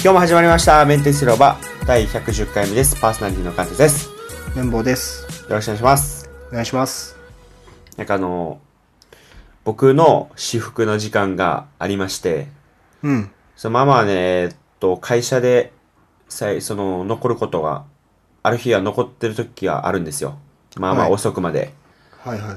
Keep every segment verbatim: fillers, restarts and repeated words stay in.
今日も始まりましたメンテス広場だいひゃくじゅっかいめです。パーソナリティのカンテです。 綿棒です。 よろしくお願いします。 お願いします。 なんかあの僕の私服の時間がありまして、 うん。 そのままはねえっと会社でさいその残ることがある日は残ってる時があるんですよ。まあまあ遅くまで。 はいはい。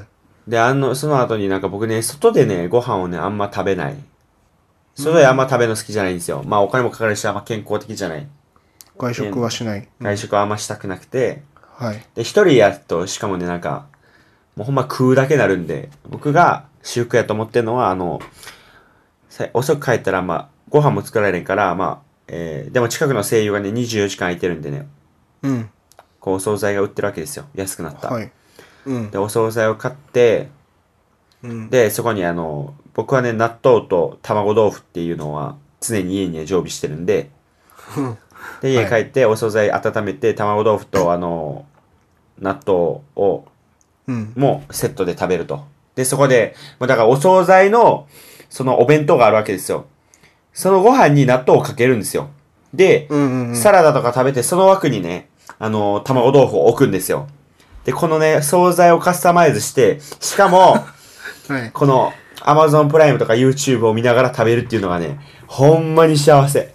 であのその後になんか僕ね外でねご飯をねあんま食べない。外であんま食べるの好きじゃないんですよ。まあお金もかかるしあんま健康的じゃない。 外食はしない。 外食はあんましたくなくて、 うん、はい。 で一人やとしかもねなんかもうほんま食うだけになるんで、僕が私服やと思ってるのはあの遅く帰ったらまあご飯も作られんからまあ、えー、でも近くの西友がねにじゅうよじかん空いてるんでね、 うん。 こうお惣菜が売ってるわけですよ。安くなった。 はい。うん。 でお惣菜を買って、 うん、 でそこにあの僕はね納豆と卵豆腐っていうのは常に家に、ね、常備してるんで。で家帰ってお惣菜温めて卵豆腐とあの納豆をもうセットで食べると。でそこでだからお惣菜のそのお弁当があるわけですよ。そのご飯に納豆をかけるんですよ。で、 うんうんうん、 サラダとか食べてその枠にねあの卵豆腐を置くんですよ。でこのね惣菜をカスタマイズしてしかも、はい、この Amazon プライムとか YouTube を見ながら食べるっていうのがねほんまに幸せ。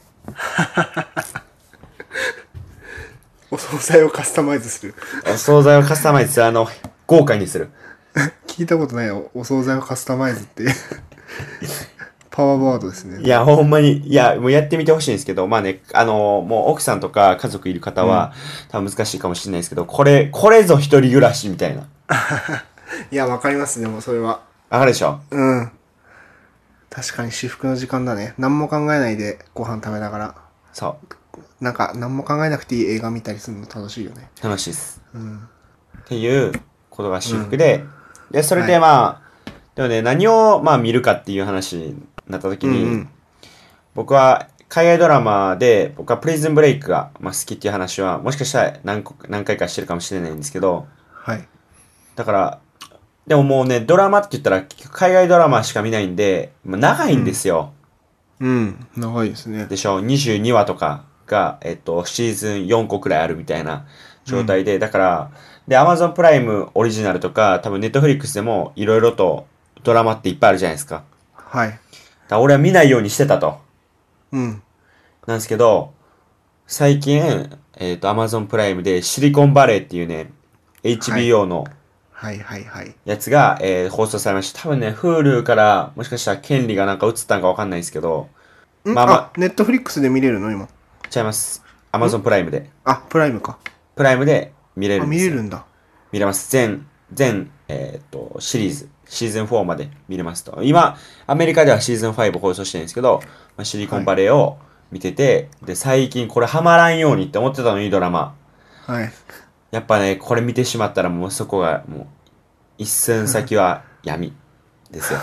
お惣菜をカスタマイズする。 お惣菜をカスタマイズする。あの豪華にする。 聞いたことないよ。お惣菜をカスタマイズってパワーワードですね。 いやほんまにいやもうやってみてほしいんですけど、まあねあのもう奥さんとか家族いる方は、うん、多分難しいかもしれないですけど、これこれぞ一人暮らしみたいな。 いやわかりますね。もうそれはわかるでしょ。 うん。確かに至福の時間だね。何も考えないでご飯食べながら。 そう。 なんか何も考えなくていい映画見たりするの楽しいよね。 楽しいです。 うん、 っていうことが至福で、うん、でそれでまあ、はい、でもね何をまあ見るかっていう話になった時に、うんうん、僕は海外ドラマで僕はプリズンブレイクが、まあ、好きっていう話はもしかしたら 何, 何回かしてるかもしれないんですけど、 はい、 だからでももうねドラマって言ったら海外ドラマしか見ないんで、まあ、長いんですよ。 うん、うん、長いですね。 でしょ。にじゅうにわとかが、えっと、シーズンよんこくらいあるみたいな状態で、うん、だからで Amazon プライムオリジナルとか多分 Netflix でもいろいろとドラマっていっぱいあるじゃないですか。 はい。だから俺は見ないようにしてたと。 うん。 なんですけど最近、えっと Amazon プライムでシリコンバレーっていうね エイチビーオー の、 はい、はいはいはいやつが、えー、放送されました。多分ね Hulu からもしかしたら権利がなんか移ったんかわかんないですけど、 まあまあ、ネットフリックスで見れるの今。 ちゃいます。Amazon プライムで。 あ、プライムか。 プライムで見れるんですよ。 あ、見れるんだ。 見れます。全、全、えー、っと、シリーズ、シーズンフォーまで見れますと。今、アメリカではシーズンファイブ放送してるんですけど、まあ、シリコンバレーを見てて、はい、で、最近これハマらんようにって思ってたのにドラマ。 はい。 やっぱね、これ見てしまったらもうそこが、もう、一寸先は闇ですよ。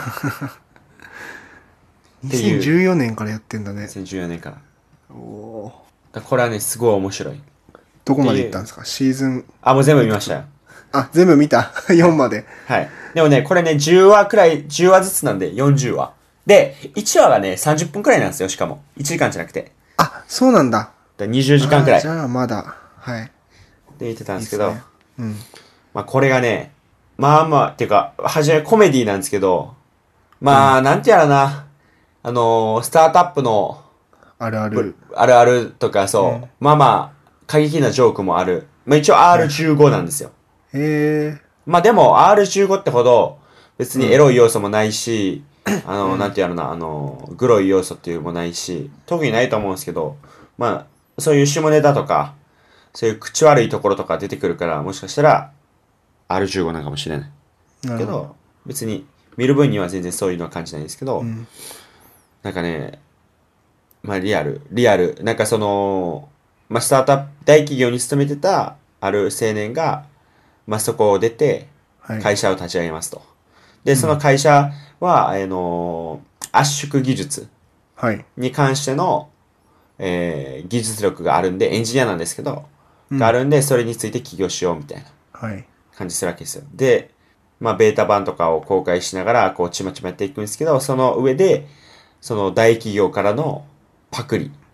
にせんじゅうよねんからやってんだね。 にせんじゅうよねんから。 おお。 これはね、すごい面白い。 どこまで行ったんですかシーズン。 あ、もう全部見ましたよ。 あ、全部見たよんまで。 はい。でもね、これね、じゅうわくらい、じゅうわずつなんでよんじゅうわ。で、いちわがね、さんじゅっぷんくらいなんですよ、しかも。いちじかんじゃなくて。 あ、そうなんだ。 にじゅうじかんくらい。 じゃあまだ、はい。 って言ってたんですけど、いいね、 うん。 まあこれがね、まあまあ、っていうか、はじめコメディなんですけど、まあ、うん、なんてやらな、あのー、スタートアップの、 あるある。 あるあるとか、そう、うん、まあまあ、過激なジョークもある。まあ一応 アールじゅうご なんですよ。 へえ。 まあでも アールじゅうご ってほど別にエロい要素もないし、うん、あの、なんていうのな、あの、グロい要素っていうのもないし、特にないと思うんですけど、まあ、そういう下ネタとか、そういう口悪いところとか出てくるから、もしかしたら アールじゅうご なんかもしれない。けど、別に見る分には全然そういうのは感じないんですけど、うん、なんかね、まあリアル、リアル、なんかその、まあスタートアップ、大企業に勤めてたある青年が、まあそこを出て、会社を立ち上げますと。はい、で、その会社は、あのー、圧縮技術に関しての、えー、技術力があるんで、エンジニアなんですけど、うん、があるんで、それについて起業しようみたいな感じするわけですよ。で、まあベータ版とかを公開しながら、こう、ちまちまやっていくんですけど、その上で、その大企業からのパクリ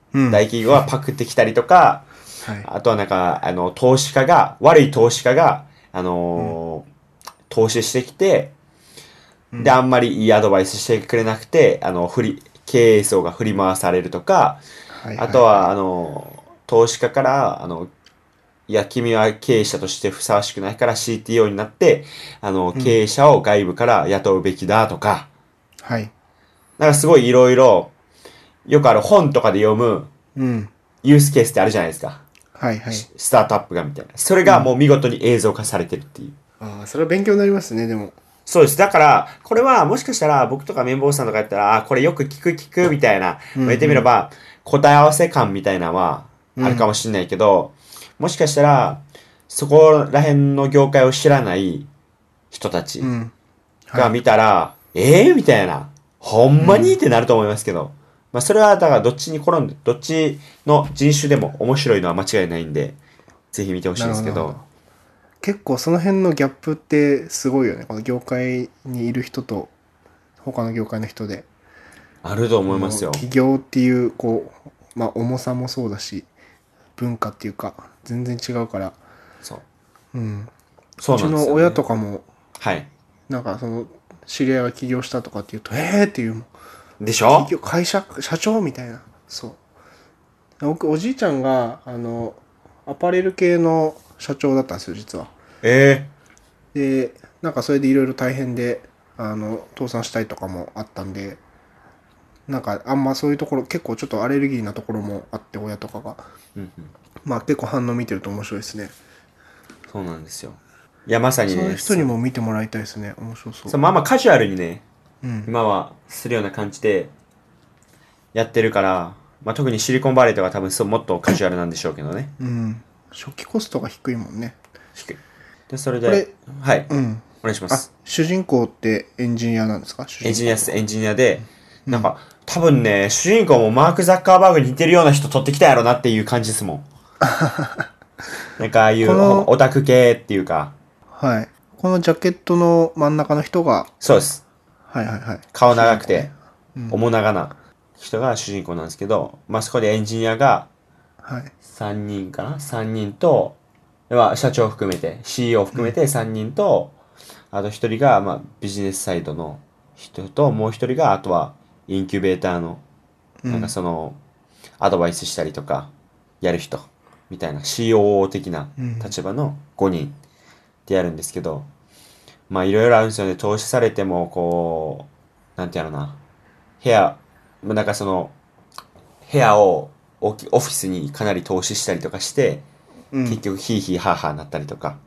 うん大企業がパクってきたりとか、 はいあとはなんか、あの、投資家が、悪い投資家が、あのー投資してきて、 うんで、あんまりいいアドバイスしてくれなくて、あの、振り、経営層が振り回されるとか、 はいはいあとは、 はあの、投資家から、あの、いや、君は経営者としてふさわしくないから シーティーオー になって、あの、 い。うん。 経営者を外部から雇うべきだとか、 はい。 なんかすごいいろいろ、よくある本とかで読むうん。 ユースケースってあるじゃないですか。 はいはい。 ススタートアップがみたいな。それがもう見事に映像化されてるっていう。 ああ、それは勉強になりますね、でも。 そうです。だから、これはもしかしたら僕とか綿棒さんとかやったら、あ、これよく聞く聞くみたいな、 うんうん言ってみれば、答え合わせ感みたいなのはあるかもしれないけど、もしかしたら、そこら辺の業界を知らない人たちうん。 が見たら、えー、みたいな、ほんまにってなると思いますけど、まあそれはだからどっちに転んで、どっちの人種でも面白いのは間違いないんで、ぜひ見てほしいんですけどなるほどなるほ、結構その辺のギャップってすごいよね。この業界にいる人と他の業界の人で。 あると思このいますよ。 起業っていうこう、まあ重さもそうだし、文化っていうか全然違うから、 そう。 うん。 そううなんですよ、ね。 ちの親とかもはい。 なんかその知り合いが起業したとかって言うと、えーっていうもん。 でしょ起業会社社長みたいな。そう。僕おじいちゃんがあのアパレル系の社長だったんですよ実は。 えでなんかそれでいろいろ大変であの倒産したりとかもあったんで、なんかあんまそういうところ結構ちょっとアレルギーなところもあって、親とかがえうんうん。 まあ結構反応見てると面白いですね。 そうなんですよ。いや、まさにね、 そういう人にも見てもらいたいですね。面白そう。 そう、まあまあカジュアルにね、 うん今はするような感じでやってるから、まあ特にシリコンバレーとか多分そうもっとカジュアルなんでしょうけどね。 うん。初期コストが低いもんね。 低い。で、それこれで、はい、 うん。 お願いしまあす。 主人公ってエンジニアなんですか？主人公エンジニアです、エンジニアで、なんか、多分ね、主人公もマーク・ザッカーバーグに似てるような人取ってきたやろなっていう感じですもん。なんかああいうこのオタク系っていうか、 はい。このジャケットの真ん中の人が、 そうです。 はいはいはい。 顔長くて、 主人公ね、 面長な人が主人公なんですけど、まあそこでエンジニアがはい。 さんにんかな ?さん 人と、まあ社長含めて、シーイーオー 含めてさんにんと、あとひとりが、まあビジネスサイドの人と、もうひとりが、あとはインキュベーターの、なんかその、アドバイスしたりとか、やる人、みたいな シーオーオー 的な立場のごにんでやるんですけど、まあいろいろあるんですよね。投資されても、こう、なんていうのかな、部屋、まあなんかその、部屋をオフィスにかなり投資したりとかして、 うん、 結局ヒーヒーハーハーなったりとか、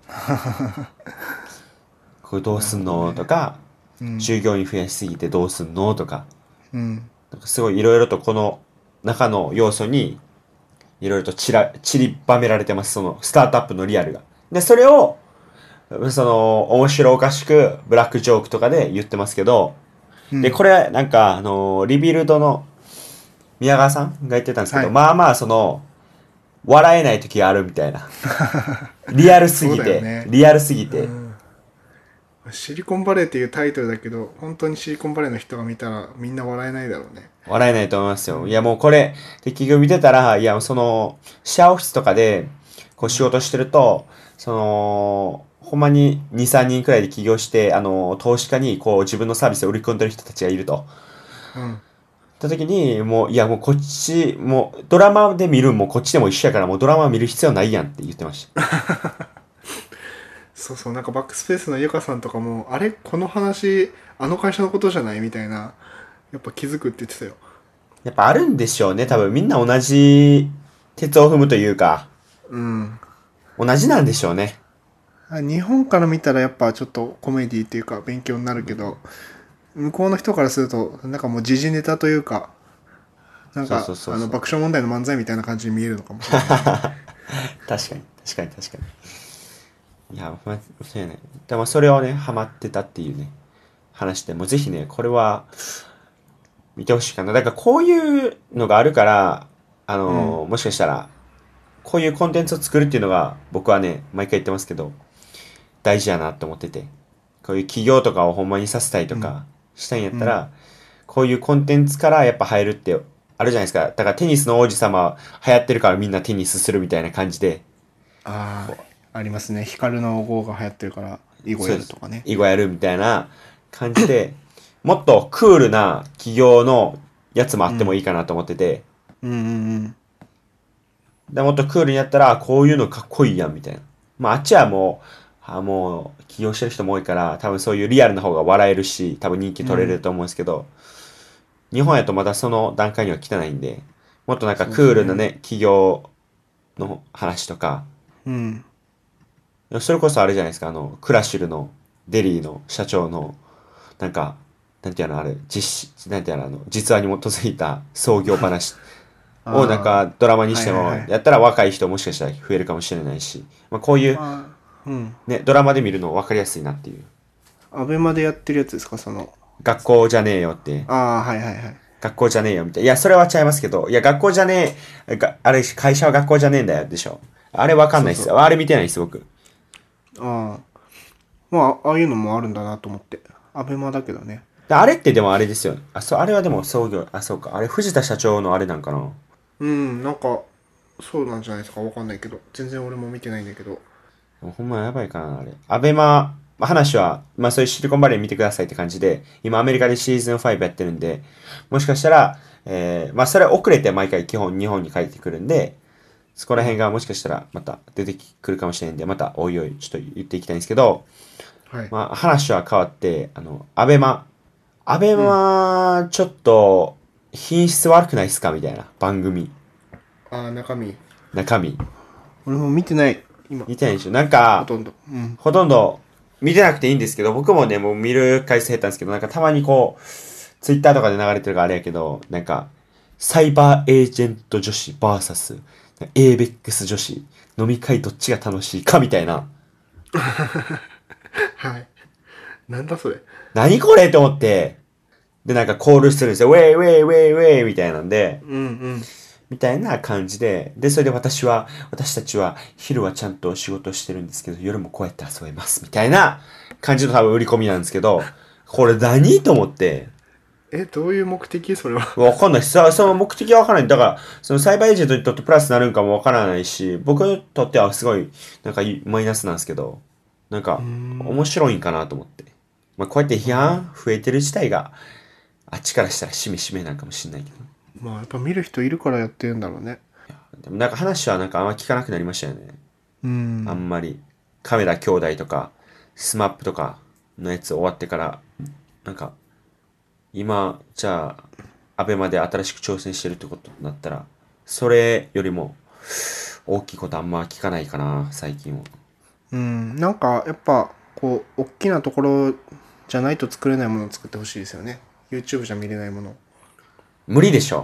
これどうすんの、とか、 うん、 従業員増やしすぎてどうすんのとか、 うん、 なんかすごいいろいろとこの中の要素にいろいろと散ら、散りばめられてます。そのスタートアップのリアルが。で、それを、その、面白おかしく、ブラックジョークとかで言ってますけど、 うんで、これ、なんか、あのーリビルドの宮川さんが言ってたんですけど、 はいまあまあ、その、笑えない時があるみたいな。リアルすぎて、 そうだよねリアルすぎて、 うんシリコンバレーっていうタイトルだけど、本当にシリコンバレーの人が見たらみんな笑えないだろうね。 笑えないと思いますよ。いやもうこれ、で結局見てたら、いやその、シェアオフィスとかで、こう仕事してると、その、ほんまにに、さんにんくらいで起業して、あの、投資家にこう自分のサービスを売り込んでる人たちがいると。 うん。 った時に、もう、いやもうこっち、もうドラマで見るんもこっちでも一緒やからもうドラマ見る必要ないやんって言ってました。 そうそう、なんかバックスペースのゆかさんとかも、あれこの話、あの会社のことじゃないみたいな、やっぱ気づくって言ってたよ。 やっぱあるんでしょうね。多分みんな同じ鉄を踏むというか、 うん。 同じなんでしょうね。 日本から見たらやっぱちょっとコメディっていうか勉強になるけど、向こうの人からすると、なんかもう時事ネタというか、なんか、 そうそうそうそうあの爆笑問題の漫才みたいな感じに見えるのかもしれない。 確かに、確かに、確かに。いや、ま、そうやね。でもそれをね、ハマってたっていうね、話で、もうぜひね、これは、見てほしいかな。だからこういうのがあるから、あのーもしかしたら、こういうコンテンツを作るっていうのが、僕はね、毎回言ってますけど、大事やなって思ってて、こういう企業とかをほんまにさせたいとか、したいんやったら、こういうコンテンツからやっぱ入るって、 あるじゃないですか。だからテニスの王子様流行ってるからみんなテニスするみたいな感じで、 ああ、ありますね。光の号が流行ってるから、囲碁そうです。 やるとかね。 囲碁やるみたいな感じで、もっとクールな企業のやつもあってもいいかなと思ってて、 うんうんうんで、もっとクールにやったら、こういうのかっこいいやんみたいな。まあ、あっちはもう、あもう、起業してる人も多いから、多分そういうリアルな方が笑えるし、多分人気うん。うん。 取れると思うんですけど、日本やとまだその段階には来てないんで、もっとなんかそうでクすね。 ールなね、企業の話とか、 うん。 それこそあれじゃないですか、あの、クラシルのデリーの社長の、なんか、なんていうの、あれ、実施、なんていうの、あの、実話に基づいた創業話をなんあかドラマにあ、はしても、 いはいはい。 やったら若い人もしかしたら増えるかもしれないし、まあこういうまあ、うん。 ね、ドラマで見るの分かりやすいなっていう。 アベマでやってるやつですか、その。 学校じゃねえよって、 ああ、はいはいはい。 学校じゃねえよみたいな。いや、それはちゃいますけど、いや、学校じゃねえ、があれ、会社は学校じゃねえんだよでしょ。あれ分かんないっすよ。 そうそう。 あれ見てないっす、僕。 ああ。まあ、ああいうのもあるんだなと思って。アベマだけどね。 であれってでもあれですよ。あ、そう、あれはでも創業、あ、そうか。あれ、藤田社長のあれなんかな。 うん、なんか、そうなんじゃないですか、わかんないけど。全然俺も見てないんだけど。 でもほんまやばいかな、あれ。アベマ、まあ、話は、まあそういうシリコンバレー見てくださいって感じで、今アメリカでシーズンファイブやってるんで、もしかしたら、えー、まあそれは遅れて毎回基本日本に帰ってくるんで、そこら辺がもしかしたらまた出てくるかもしれないんで、またおいおいちょっと言っていきたいんですけど、 はい。 まあ話は変わって、あの、アベマ。アベうん。 マ、ちょっと品質悪くないですかみたいな番組。 ああ、中身。 中身。 俺も見てない。今。 見てないでしょなんか、 ほとんど。うん。 ほとんど見てなくていいんですけど、僕もね、もう見る回数減ったんですけど、なんかたまにこう、ツイッターとかで流れてるからあれやけど、なんか、サイバーエージェント女子 ブイエス エーベックス 女子、飲み会どっちが楽しいかみたいな。 はい。なんだそれ。 何これって思って、で、なんかコールするんですよ。ウェイウェイウェイウェイみたいなんで、 うんうん。 みたいな感じで、で、それで私は、私たちは昼はちゃんと仕事してるんですけど、夜もこうやって遊べます。みたいな感じの多分売り込みなんですけど、これ何と思って、 え、どういう目的それは。 わかんないし、さ、その目的はわからない。だから、そのサイバーエージェントにとってプラスになるんかもわからないし、僕にとってはすごい、なんかマイナスなんですけど、なんうーか、面ん。 白いんかなと思って。まあ、こうやって批あ判増えてる自体が、あっちからしたらしめしめなんかもしんないけど。 ーまあ、やっぱ見る人いるからやってるんだろうね。 でもなんか話はなんかあんま聞かなくなりましたよね。 うあん。 んまり。カメラ兄弟とか、スマップとかのやつ終わってから、なんか、今、じゃあ、アベマで新しく挑戦してるってことになったら、それよりも、大きいことあんま聞かないかな、最近は。 うん。なんか、やっぱ、こう、大きなところじゃないと作れないものを作ってほしいですよね。YouTube じゃ見れないもの。 無理でしょ。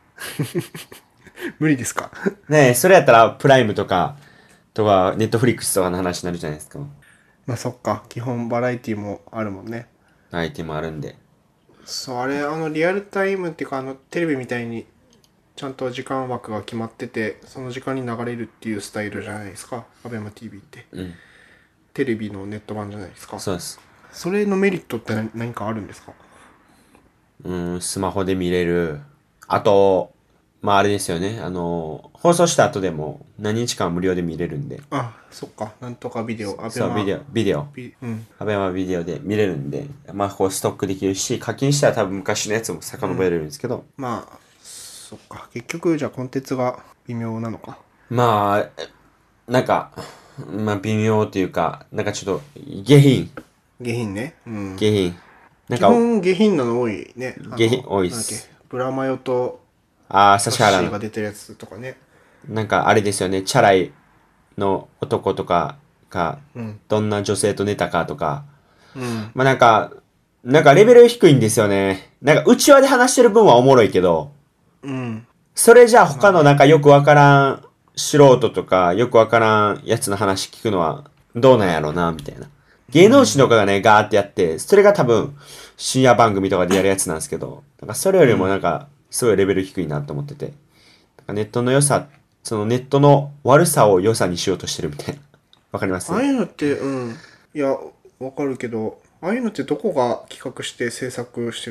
無理ですか？ ねえ、それやったら、プライムとか、とか、ネットフリックスとかの話になるじゃないですか。 まあそっか。基本バラエティもあるもんね。 アイテムあるんで。 そう、あれ、あの、リアルタイムっていうか、あの、テレビみたいに、ちゃんと時間枠が決まってて、その時間に流れるっていうスタイルじゃないですか。アベマ ティーブイ って。 うん。 テレビのネット版じゃないですか。 そうです。 それのメリットって何何かあるんですか？ うーん、スマホで見れる。あと、まああれですよね。あの、放送した後でも何日間無料で見れるんで。 あ、そっか。なんとかビデオ、アベそう、ビマ、 デオ、ビデオ。 ビ、うん。 アベマビデオで見れるんで、まあこうストックできるし、課金したら多分昔のやつも遡れるんですけど、 まあ、そっか。結局、じゃあコンテンツが微妙なのか。 まあ、なんか、まあ微妙っていうか、なんかちょっと、下品、 下品ね。うん。 下品。なんか、 基本下品なの多いね。あ下品の、なんだっけ。 多いっす。 ブラマヨとああ、 サッ指原の、 シーが出てるやつとかね。 なんかあれですよね、チャラいの男とかが、 うん。 どんな女性と寝たかとか、 うん。 まあなんか、なんかレベル低いんですよね。なんか内輪で話してる分はおもろいけど、 うん。 それじゃあ他のまあね。 なんかよくわからん素人とかよくわからんやつの話聞くのはどうなんやろうな、みたいな。芸能人とかがね、ガーってやって、それが多分深夜番組とかでやるやつなんですけど、なんかそれよりもなんかすごいレベル低いなと思ってて。なんかネットの良さ、そのネットの悪さを良さにしようとしてるみたいな。わかります？ ああいうのって、うん。いや、わかるけど、ああいうのってどこが企画して制作してるの？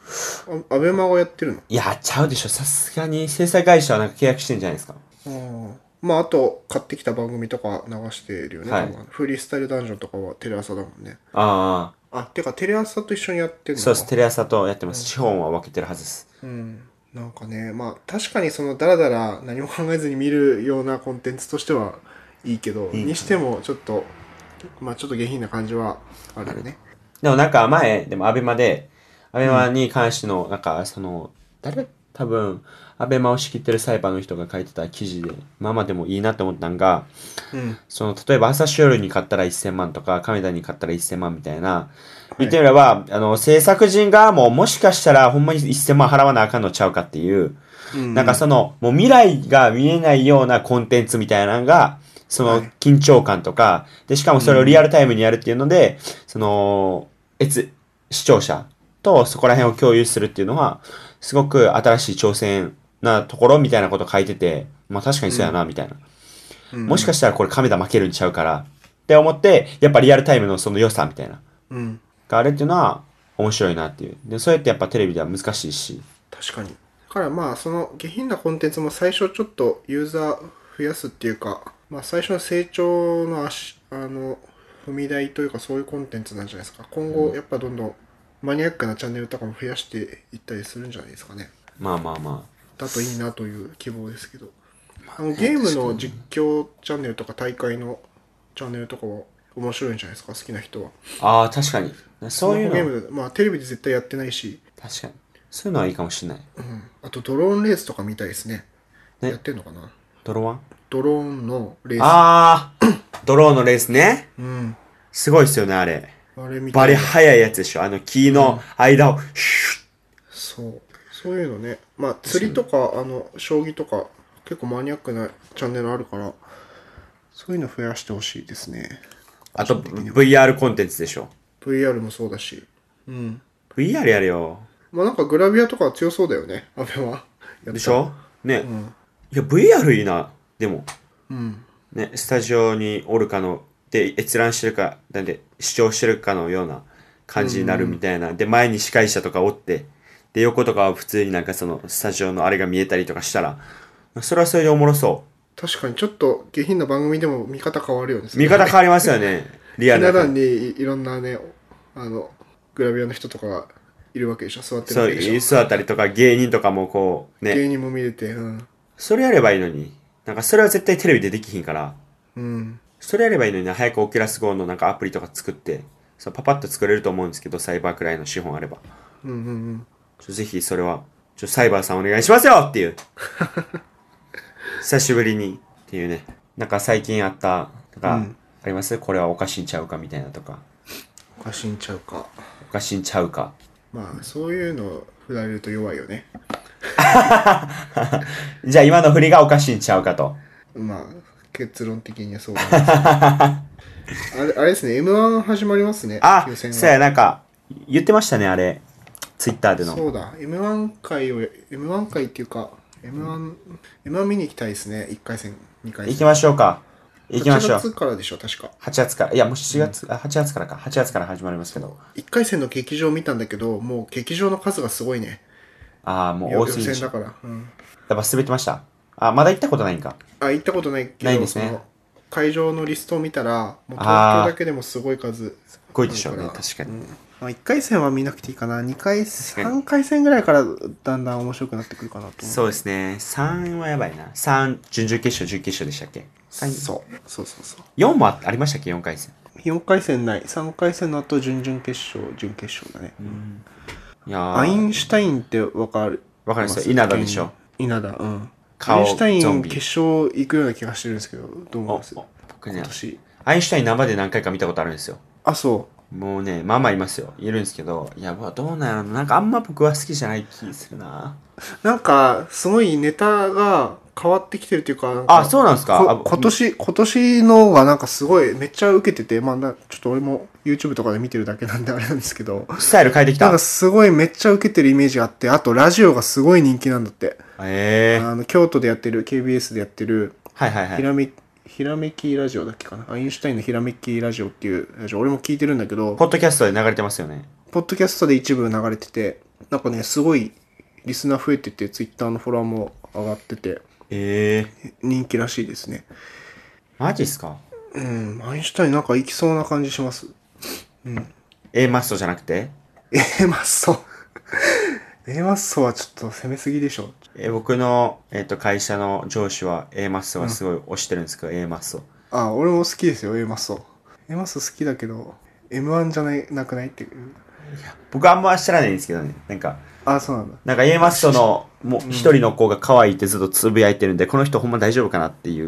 あアベマがやってるの？ いや、ちゃうでしょ。さすがに制作会社はなんか契約してんじゃないですか。 うん。まあ、あと、買ってきた番組とか流してるよね。 はい。 多分フリースタイルダンジョンとかはテレ朝だもんね。 ああ、 あ、てか、テレ朝と一緒にやってんのか。 そうです。テレ朝とやってます。資本は分けてるはずです。 うん。なんかね、まあ、確かにその、だらだら何も考えずに見るようなコンテンツとしてはいいけど、 いいにしても、ちょっと、まあ、ちょっと下品な感じはあるよね。 でもなんか前、でもアベマで、アベマに関しての、なんかその、誰多分、アベマを仕切ってるサイバーの人が書いてた記事で、まあまあでもいいなって思ったんが、 うん。 その、例えば朝青龍に買ったらせんまんとか、亀田に買ったらせんまんみたいな、 はい。 言ってみれば、あの、制作人側ももしかしたらほんまにせんまん払わなあかんのちゃうかっていう、 うん、 なんうん。 かその、もう未来が見えないようなコンテンツみたいなのが、そのはい。 緊張感とか、で、しかもそれをリアうん。 ルタイムにやるっていうので、その、えつ、視聴者とそこら辺を共有するっていうのは、すごく新しい挑戦なところみたいなこと書いてて、まあ確かにそうやな、 うん。 みたいな。 うん。うもしかん。 したらこれ亀田負けるんちゃうから、って思って、やっぱリアルタイムのその良さみたいな、 うん。 があるっていうのは面白いなっていう。で、そうやってやっぱテレビでは難しいし、 確かに。だからまあ、その下品なコンテンツも最初ちょっとユーザー増やすっていうか、まあ最初の成長の足、あの、踏み台というかそういうコンテンツなんじゃないですか。今後やっぱどんどんマニアックなチャンネルとかも増やしていったりするんじゃないですかね。 まあまあまだといいなという希望ですけど。あのあ。ね、 ゲームの実確かにね。 況チャンネルとか大会のチャンネルとかは面白いんじゃないですか、好きな人は。 ああ、確かに。 スマそういうの、 ホゲームで、まあテレビで絶対やってないし、 確かに。そういうのはいいかもしれない。 あとドローンレースとか見たいですね。やっね、 てんのかな？ ドロワンドローンのレース。 ああ、ドローンのレースね。 うん。 すごいっすよね、あれ。 あれみバリたいな。 速いやつでしょ。あの木のうん。 間を、シュッ。 そう。そういうのね。まあ、 確かに。 釣りとか、あの、将棋とか、結構マニアックなチャンネルあるから、そういうの増やしてほしいですね。個あと、 人的には。 ブイアール コンテンツでしょ。 ブイアール もそうだし。うん。 ブイアール やれよ。 まあなんかグラビアとかは強そうだよね。アベは。やったら。 でしょね。 うん。 いや、ブイアール いいな。でも、 うん。 ね、スタジオにおるかの、で、閲覧してるか、なんで、視聴してるかのようなうん感じになるうん。 みたいな。で、前に司会者とかおって、で、横とかは普通になんかその、スタジオのあれが見えたりとかしたら、それはそれでおもろそ確かにちょっと下品な番組でも見方変わるよね、 う。 それはね。 見方変わりますよね。リアひなルだから。 壇にいいろんなね、あの、グラビアの人とかがいるわけでしょ。座ってるそう、 わけでしょ。 椅子あたりとか芸人とかもこう、ね、 芸人も見れて、うん。 それやればいいのに。なんかそれは絶対テレビでできひんから、 うん。 それやればいいのにね、早くオキュラス号のなんかアプリとか作って、そうパパッと作れると思うんですけど、サイバーくらいの資本あれば。 うんうんうん。 ちょぜひそれは、ちょサイバーさんお願いしますよっていう。久しぶりにっていうね。なんか最近あった、とか、 うん。 ありますこれはおかしいんちゃうかみたいなとか。 おかしいんちゃうか。 おかしいんちゃうか。 まあ、そういうの振られると弱いよね。 じゃあ今の振りがおかしいんちゃうかと。 まあ、結論的にはそうなんですけど。あれ、あれですね、エムワン 始まりますね、 あ、 予選が。 そうや、なんか、言ってましたね、あれ。ツイッターでの。 そうだ、エムワン 回を、エムワン 回っていうか、エムワン、エムワン 見に行きたいですね、いっかい戦、にかい戦。 行きましょうか。行きま 8 しょう。 月からでしょ、確か。 はちがつから。いや、もうしちがつ、あ、はちがつからか。はちがつから始まりますけど。 そう。いっかい戦の劇場見たんだけど、もう劇場の数がすごいね。 ああ、もうよ予多すぎでしょ。 選だから。うん。 やっぱ滑ってました。あ、まだ行ったことないんか。 あ、行ったことないけないんでど、 すね。 その、会場のリストを見たら、もう東京だああ、 けでもすごい数すっごいでしょうね、 あるから、 確かに。 うん。まあ、いっかい戦は見なくていいかな。にかい、 確かに。 さんかい戦ぐらいからだんだん面白くなってくるかなと思そううんで。 ですね。さんはやばいな。さん、準々決勝、準決勝でしたっけ？ さん、 そう。そうそうそう。 よんもあありましたっけ？ よん 回戦。 よんかい戦ない。さんかい戦の後、準々決勝、準決勝だね。 いやアイー、 ンシュタインってわかるわかりますよ。 ます稲田でしょ。 稲田、うん。アインシュ顔、 タイン決ゾンビ。 勝行くような気がしてるんですけど、どう思いお、 ますお、僕ね、 今年？ アインシュタイン生で何回か見たことあるんですよ。 あ、そもうね、まあまあいますよ。いるんですけど、いや、まあどうなんやろな。なんかあんま僕は好きじゃない気するな。 う。なんか、すごいネタが変わってきてるっていうか、なんあ、 か、 そうなんですか。あ、 こ今年、今年のがなんかすごいめっちゃ受けてて、まあな、ちょっと俺も YouTube とかで見てるだけなんであれなんですけど、 スタイル変えてきなんかた。 すごいめっちゃ受けてるイメージがあって、あとラジオがすごい人気なんだって。 ええー。 あの、京都でやってる、ケービーエス でやってる、 はいはいはい。 ひらめ、ひらめきラジオだっけかな。アインシュタインのひらめきラジオっていうラジオ、俺も聞いてるんだけど、 ポッドキャストで流れてますよね。 ポッドキャストで一部流れてて、 なんかね、すごいリスナー増えてて、ツイッターのフォロワーも上がってて、 ええ人気らしいですね。 マジっすか？ うん、アインシュタインなんか行きそうな感じします。 A マッソじゃなくて？ A マッソ。A マッソはちょっと攻めすぎでしょ。 えー僕の、えっと会社の上司は A マッソはすごい推してるんですけど、A マッソ。 あ、俺も好きですよ、A マッソ。A マッソ好きだけど、エムワン じゃない、なくないっていう。 僕あんま知らないんですけどね。なんか、 あ、そうなんだ。 なんか A マッソのもう一人の子が可愛いってずっとつぶやいてるんで、この人ほんま大丈夫かなっていう。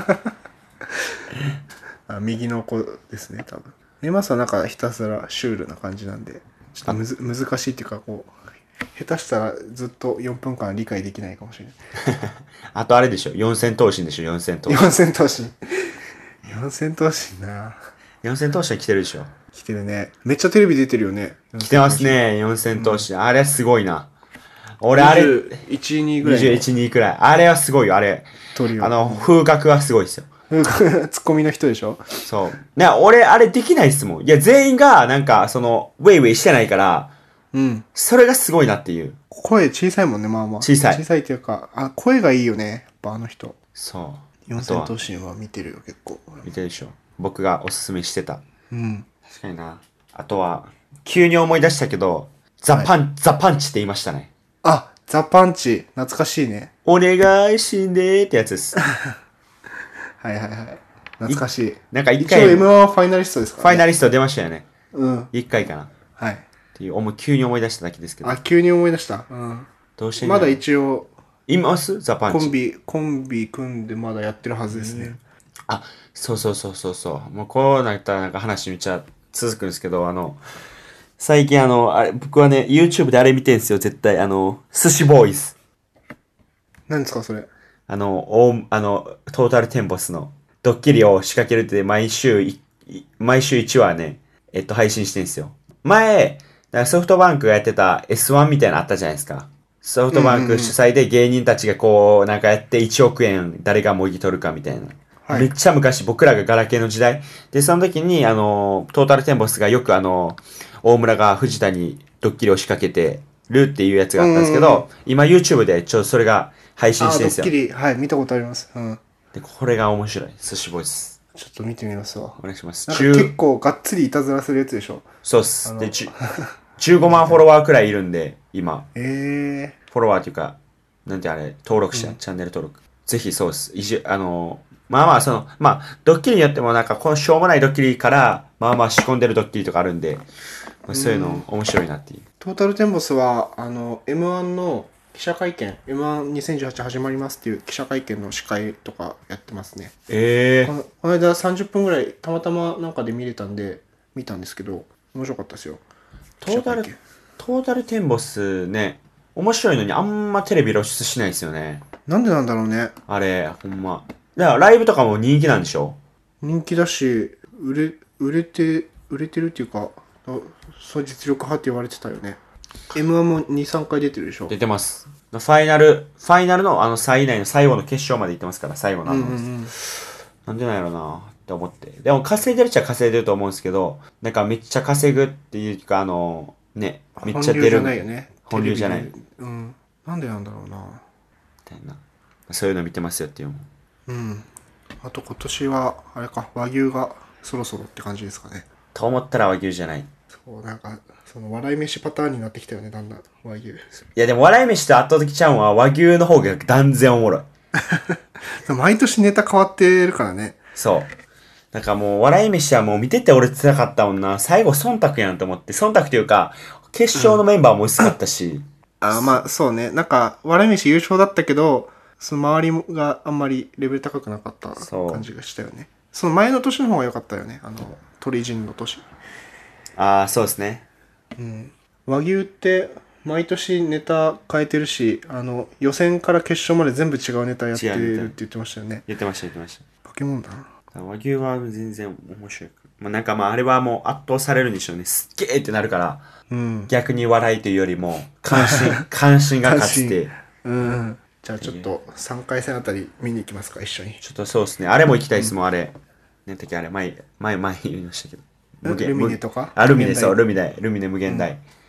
あ、右の子ですね、多分。A マッソはなんかひたすらシュールな感じなんで、ちょっとむず難しいっていうか、こう、下手したらずっとよんぷんかん理解できないかもしれない。 あとあれでしょ、四千頭身でしょ、四千頭身。 四千頭身。四千頭身な。 四千頭身来てるでしょ。 来てるね。めっちゃテレビ出てるよね。 来てますね、四千頭身。あれすごいな。俺あれ、 にじゅういち、にぐらいの。 にじゅういち、にくらい。あれはすごいよ、あれ。 トリオ。 あの、風格はすごいですよ。 ツッコミの人でしょ？ そう。ね、俺、あれできないっすもん。いや、全員が、なんか、その、ウェイウェイしてないから、 うん。 それがすごいなっていう。 声小さいもんね、まあまあ。 小さい小さいっていうか、あ、声がいいよね。やっぱあの人。 そう。 四千あとは頭身は見てるよ、結構。 見てるでしょ。僕がおすすめしてた。 うん。 確かにな。あとは、急に思い出したけど、ザパン、ザパンチって言いましたね。 あ、ザ・パンチ。懐かしいね。 お願いしんでーってやつです。 はいはいはい。懐かしい。 なんか一回、 一応 エムワン ファイナリストですからね。 ファイナリスト出ましたよね。 うん。 一回かな。っはい。 ていう、思い急に思い出しただけですけどあ、。急に思い出した。うん。 どうしてんのまだ一応、 いますザパンチ。 コンビ、コンビ組んでまだやってるはずですね。 あ、そうそうそうそうそう。もうこうなったらなんか話めっちゃ続くんですけど、あの、最近あの、あれ、僕はね、YouTube であれ見てんすよ、絶対。あの、寿司ボーイズ。 何ですか、それ。 あの、おあの、トータルテンボスのドッキリを仕掛けるって毎週い、い毎週いちわね、えっと、配信してんすよ。前、なんかソフトバンクがやってた エスワン みたいなのあったじゃないですか。ソフトバンク主催で芸人たちがこう、なんかやっていちおくえん誰がもぎ取るかみたいな。 はい。 めっちゃ昔、僕らがガラケーの時代。で、その時に、あの、トータルテンボスがよくあの、大村が藤田にドッキリを仕掛けてるっていうやつがあったんですけうんうんど、今 YouTube でちょっとそれが配信あ、 してるんですよ。 ドッキリ、はい、見たことあります。うん。 で、これが面白い。寿司ボイス。 ちょっと見てみますわ。 お願いします。 なんか結構がっつりいたずらするやつでしょ。 そうっす。で、じゅじゅうごまんフォロワーくらいいるんで、今。 えフォロワーっていうか、なんてあれ、登録者、チャンネル登録。ぜひそうっす。いじ、あのー、まあまあ、その、まあ、ドッキリによってもなんか、このしょうもないドッキリから、まあまあ仕込んでるドッキリとかあるんで、まあ、そういうの面白いなっていう。 ー、トータルテンボスは、あの、エムワン の記者会見、エムワンにせんじゅうはち 始まりますっていう記者会見の司会とかやってますね。 ええー。 このこの間さんじゅっぷんぐらい、たまたまなんかで見れたんで、見たんですけど、面白かったですよ。 トータル記者会見、 トータルテンボスね、面白いのにあんまテレビ露出しないですよね。 なんでなんだろうね。 あれ、ほんま。だからライブとかも人気なんでしょ？ 人気だし、売れ、売れて、売れてるっていうか、あそう実力派って言われてたよね。エムワン もに、さんかい出てるでしょ。 出てます。ファイナル、ファイナルのあの最内の最後の決勝まで行ってますから、最後のあの、 うんうんうん。 なんでなんやろなって思って。でも稼いでるっちゃ稼いでると思うんですけど、なんかめっちゃ稼ぐっていうか、あの、ね、めっちゃ出る。 本流じゃないよね。 本流じゃない。 テレビでうん。なんでなんだろうな。 みたいな。そういうの見てますよっていう。 うん。あと今年は、あれか、和牛がそろそろって感じですかね。 と思ったら和牛じゃない。いそう、なんか、その笑い飯パターンになってきたよね、だんだん、和牛。 やでも笑い飯と圧倒的ちゃうんは和牛の方が断然おもろい。 毎年ネタ変わってるからね。 そう。なんかもう笑い飯はもう見てて俺辛かったもんな。最後忖度やんと思って。忖度というか、決勝のメンバーも薄かったし。 あ、まあ、そうね。なんか、笑い飯優勝だったけど、その周りがあんまりレベル高くなかったそう感じがしたよね。その前の年の方が良かったよね。あの、鳥人の年。 ああ、そうですね。 和牛って毎年ネタ変えてるし、あの予選から決勝まで全部違うネタやってるって言ってましたよね。 言ってました言ってまし化け物だな。 た。和牛は全然面白い。まあ、なんかまああれはもう圧倒されるんでしょうね。すっげーってなるから、 うん逆に笑いというよりも、関心、関心が勝つって。 うんじゃあちょっとさんかい戦あたり見に行きますか、一緒に。 ちょっとそうですね。あれも行きたいですもん、あれ。なんだっけ、あれ、前、前、前言いましたけど。 ルミネとかあ、ルミネ、そう、 ルルミネ、ルミネ無限大。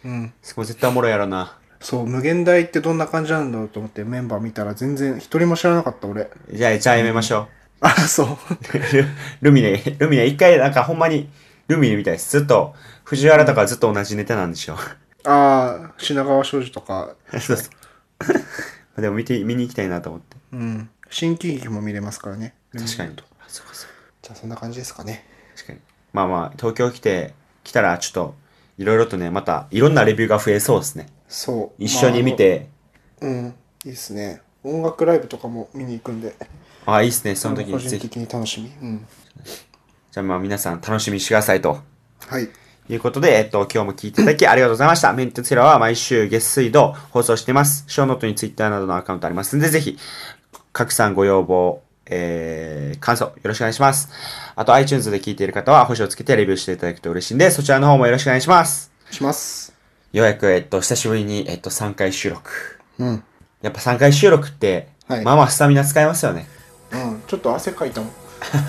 うん。 そこ絶対おもろいやろな。 そう、無限大ってどんな感じなんだろうと思ってメンバー見たら全然一人も知らなかった俺。 じゃあ、じゃあやめましょう。 あ、そう。 ルルミネ、ルミネ、一回なんかほんまにルミネみたいです。ずっと、藤原とかずっと同じネタなんでしょ。 ああ、品川庄司とか。 そうそう。でも見て、見に行きたいなと思って。 うん。新喜劇も見れますからね。 確かに。そうかそう。 じゃあそんな感じですかね。 確かに。まあまあ、東京来て、来たらちょっと、いろいろとね、また、いろんなレビューが増えそうですね。 そう。 一緒に見て。 まあ、うん。いいですね。音楽ライブとかも見に行くんで。 ああ、いいっすね。その時にぜひ。個人的に楽しみ。うん。 じゃあまあ皆さん楽しみにしてくださいと。 はい。 ということで、えっと、今日も聞いていただきありがとうございました。メンテツェラは毎週月水土放送しています。ショーノートにツイッターなどのアカウントありますので、ぜひ、拡散ご要望、えー、感想よろしくお願いします。あと iTunes で聞いている方は星をつけてレビューしていただくと嬉しいんで、そちらの方もよろしくお願いします。 します。 ようやく、えっと、久しぶりに、えっと、さんかい収録。 うん。 やっぱさんかい収録って、はい、まあまあスタミナ使いますよね。 うん、ちょっと汗かいたもん。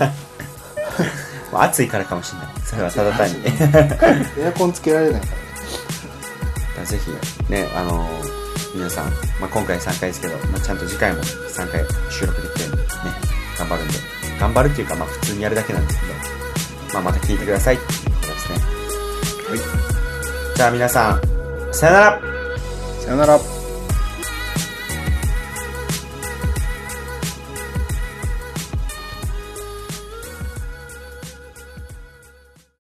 暑いからかもしれない。それはただ単に。 エアコンつけられないからね。ぜひ、ね、あのー、皆さん、まあ、今回さんかいですけど、まあ、ちゃんと次回もさんかい収録できてね、頑張るんで。頑張るっていうか、まあ普通にやるだけなんですけど、まあまた聞いてくださいっていうことですね。はい。じゃあ皆さん、さよなら。 さよなら。